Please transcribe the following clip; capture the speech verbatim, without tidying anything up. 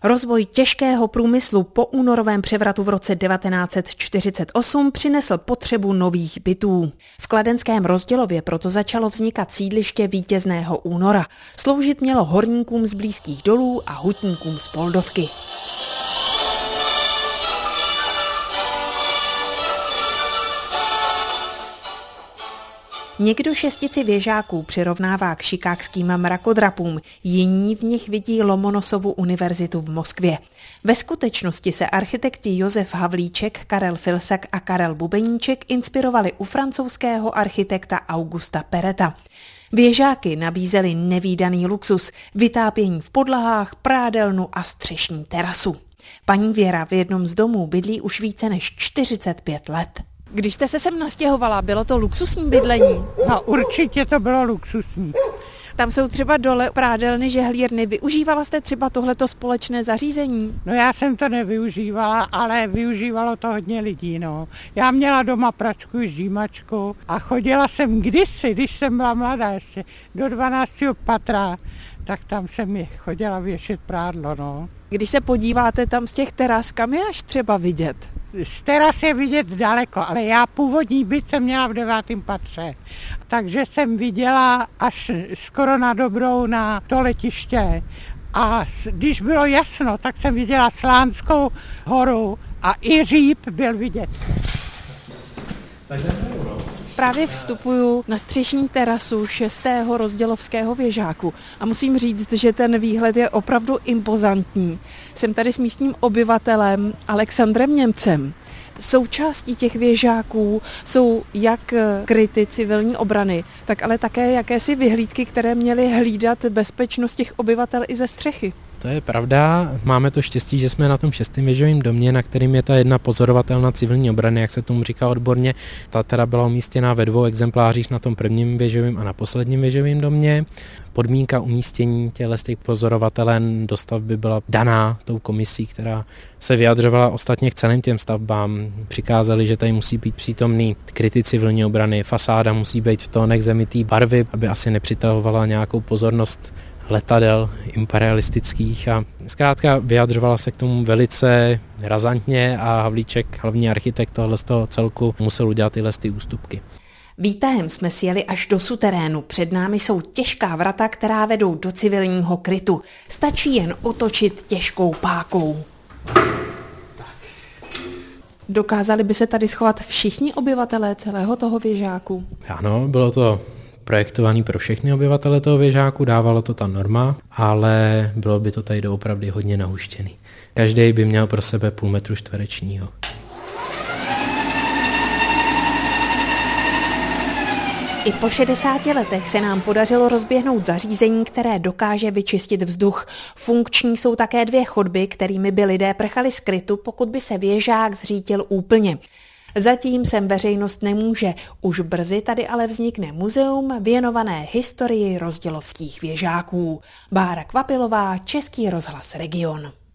Rozvoj těžkého průmyslu po únorovém převratu v roce devatenáct set čtyřicet osm přinesl potřebu nových bytů. V kladenském Rozdělově proto začalo vznikat sídliště Vítězného února. Sloužit mělo horníkům z blízkých dolů a hutníkům z Poldovky. Někdo šestici věžáků přirovnává k chicagským mrakodrapům, jiní v nich vidí Lomonosovu univerzitu v Moskvě. Ve skutečnosti se architekti Josef Havlíček, Karel Filsak a Karel Bubeníček inspirovali u francouzského architekta Augusta Perreta. Věžáky nabízely nevídaný luxus, vytápění v podlahách, prádelnu a střešní terasu. Paní Věra v jednom z domů bydlí už více než čtyřicet pět let. Když jste se sem nastěhovala, bylo to luxusní bydlení? No určitě to bylo luxusní. Tam jsou třeba dole prádelny, žehlírny. Využívala jste třeba tohleto společné zařízení? No já jsem to nevyužívala, ale využívalo to hodně lidí, no. Já měla doma pračku, žímačku a chodila jsem kdysi, když jsem byla mladá ještě, do dvanáctého patra, tak tam jsem je chodila věšet prádlo, no. Když se podíváte tam z těch teras, kam je až třeba vidět? Z teras je vidět daleko, ale já původní byt jsem měla v devátém patře, takže jsem viděla až skoro na dobrou na to letiště. A když bylo jasno, tak jsem viděla Slánskou horu a i Říp byl vidět. Právě vstupuju na střešní terasu šestého rozdělovského věžáku a musím říct, že ten výhled je opravdu impozantní. Jsem tady s místním obyvatelem Alexandrem Němcem. Součástí těch věžáků jsou jak kryty civilní obrany, tak ale také jakési vyhlídky, které měly hlídat bezpečnost těch obyvatel i ze střechy. To je pravda, máme to štěstí, že jsme na tom šestém věžovém domě, na kterým je ta jedna pozorovatelna civilní obrany, jak se tomu říká odborně. Ta teda byla umístěna ve dvou exemplářích na tom prvním věžovém a na posledním věžovém domě. Podmínka umístění těch pozorovatelen do stavby byla daná tou komisí, která se vyjadřovala ostatně k celým těm stavbám. Přikázali, že tady musí být přítomný kryty civilní obrany, fasáda musí být v tónech zemitý barvy, aby asi nepřitahovala nějakou pozornost letadel imperialistických a zkrátka vyjadřovala se k tomu velice razantně a Havlíček, hlavní architekt tohle z toho celku, musel udělat tyhle ty ústupky. Výtahem jsme sjeli až do suterénu. Před námi jsou těžká vrata, která vedou do civilního krytu. Stačí jen otočit těžkou pákou. Dokázali by se tady schovat všichni obyvatelé celého toho věžáku? Ano, bylo to projektovaný pro všechny obyvatele toho věžáku, dávalo to ta norma, ale bylo by to tady doopravdy hodně nahuštěný. Každý by měl pro sebe půl metru čtverečního. I po šedesáti letech se nám podařilo rozběhnout zařízení, které dokáže vyčistit vzduch. Funkční jsou také dvě chodby, kterými by lidé prchali z krytu, pokud by se věžák zřítil úplně. Zatím sem veřejnost nemůže. Už brzy tady ale vznikne muzeum věnované historii rozdělovských věžáků. Bára Kvapilová, Český rozhlas Region.